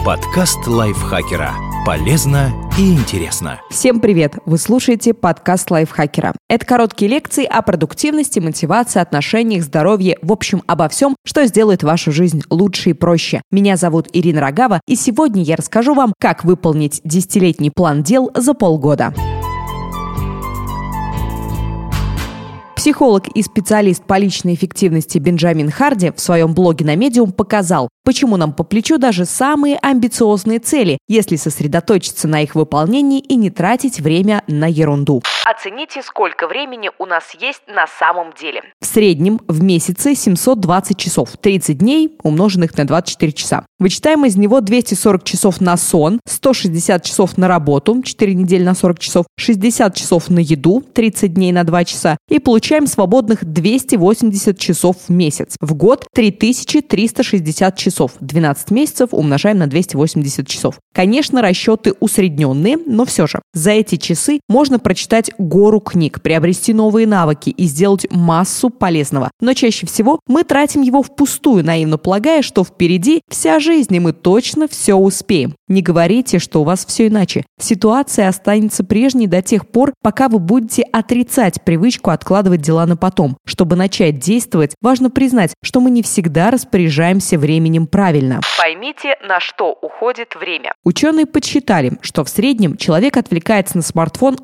Подкаст лайфхакера. Полезно и интересно. Всем привет! Вы слушаете подкаст лайфхакера. Это короткие лекции о продуктивности, мотивации, отношениях, здоровье, в общем, обо всем, что сделает вашу жизнь лучше и проще. Меня зовут Ирина Рогава, и сегодня я расскажу вам, как выполнить 10-летний план дел за полгода. Психолог и специалист по личной эффективности Бенджамин Харди в своем блоге на Medium показал, почему нам по плечу даже самые амбициозные цели, если сосредоточиться на их выполнении и не тратить время на ерунду. Оцените, сколько времени у нас есть на самом деле. В среднем в месяце 720 часов, 30 дней, умноженных на 24 часа. Вычитаем из него 240 часов на сон, 160 часов на работу, 4 недели на 40 часов, 60 часов на еду, 30 дней на 2 часа, и получаем свободных 280 часов в месяц. В год 3360 часов. 12 месяцев умножаем на 280 часов. Конечно, расчеты усредненные, но все же. За эти часы можно прочитать гору книг, приобрести новые навыки и сделать массу полезного. Но чаще всего мы тратим его впустую, наивно полагая, что впереди вся жизнь, и мы точно все успеем. Не говорите, что у вас все иначе. Ситуация останется прежней до тех пор, пока вы будете отрицать привычку откладывать дела на потом. Чтобы начать действовать, важно признать, что мы не всегда распоряжаемся временем правильно. Поймите, на что уходит время. Ученые подсчитали, что в среднем человек отвлекается на смартфон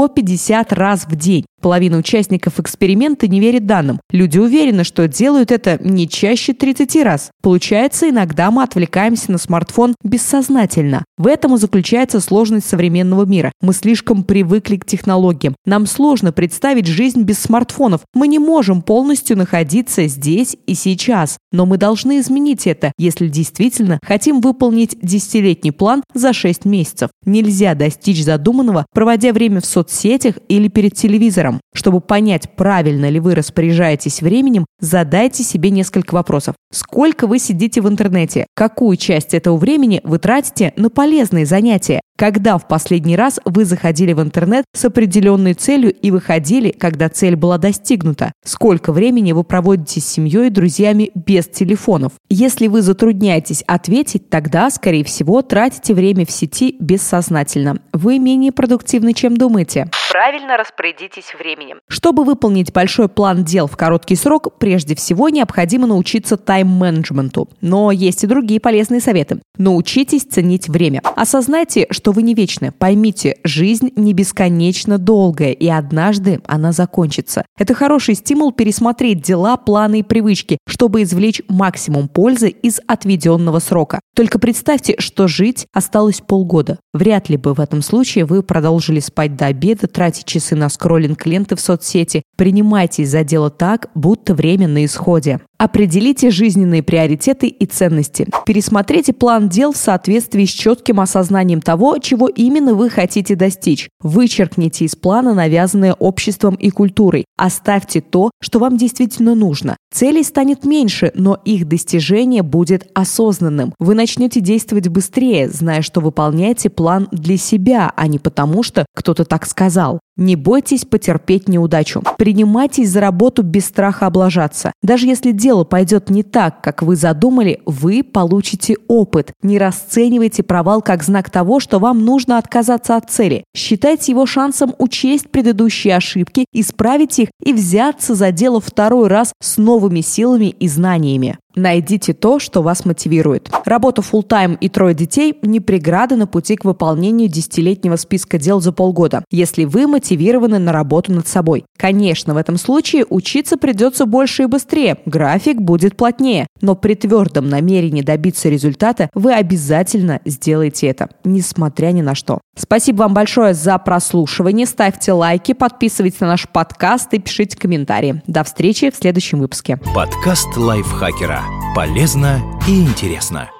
150 раз в день. Половина участников эксперимента не верит данным. Люди уверены, что делают это не чаще 30 раз. Получается, иногда мы отвлекаемся на смартфон бессознательно. В этом и заключается сложность современного мира. Мы слишком привыкли к технологиям. Нам сложно представить жизнь без смартфонов. Мы не можем полностью находиться здесь и сейчас. Но мы должны изменить это, если действительно хотим выполнить 10-летний план за 6 месяцев. Нельзя достичь задуманного, проводя время в соцсетях или перед телевизором. Чтобы понять, правильно ли вы распоряжаетесь временем, задайте себе несколько вопросов. Сколько вы сидите в интернете? Какую часть этого времени вы тратите на полезные занятия? Когда в последний раз вы заходили в интернет с определенной целью и выходили, когда цель была достигнута? Сколько времени вы проводите с семьей и друзьями без телефонов? Если вы затрудняетесь ответить, тогда, скорее всего, тратите время в сети бессознательно. Вы менее продуктивны, чем думаете. Правильно распорядитесь временем. Чтобы выполнить большой план дел в короткий срок, прежде всего необходимо научиться тайм-менеджменту. Но есть и другие полезные советы. Научитесь ценить время. Осознайте, что вы не вечны. Поймите, жизнь не бесконечно долгая, и однажды она закончится. Это хороший стимул пересмотреть дела, планы и привычки, чтобы извлечь максимум пользы из отведенного срока. Только представьте, что жить осталось полгода. Вряд ли бы в этом случае вы продолжили спать до обеда, тратить часы на скроллинг ленты в соцсети. Принимайтесь за дело так, будто время на исходе. Определите жизненные приоритеты и ценности. Пересмотрите план дел в соответствии с четким осознанием того, чего именно вы хотите достичь. Вычеркните из плана навязанное обществом и культурой. Оставьте то, что вам действительно нужно. Целей станет меньше, но их достижение будет осознанным. Вы начнете действовать быстрее, зная, что выполняете план для себя, а не потому, что кто-то так сказал. Не бойтесь потерпеть неудачу. Принимайтесь за работу без страха облажаться. Даже если дело пойдет не так, как вы задумали, вы получите опыт. Не расценивайте провал как знак того, что вам нужно отказаться от цели. Считайте его шансом учесть предыдущие ошибки, исправить их и взяться за дело второй раз с новыми силами и знаниями. Найдите то, что вас мотивирует. Работа фулл-тайм и 3 детей – не преграда на пути к выполнению 10-летнего списка дел за полгода, если вы мотивированы на работу над собой. Конечно, в этом случае учиться придется больше и быстрее, график будет плотнее, но при твердом намерении добиться результата вы обязательно сделаете это, несмотря ни на что. Спасибо вам большое за прослушивание, ставьте лайки, подписывайтесь на наш подкаст и пишите комментарии. До встречи в следующем выпуске. Подкаст лайфхакера. Полезно и интересно.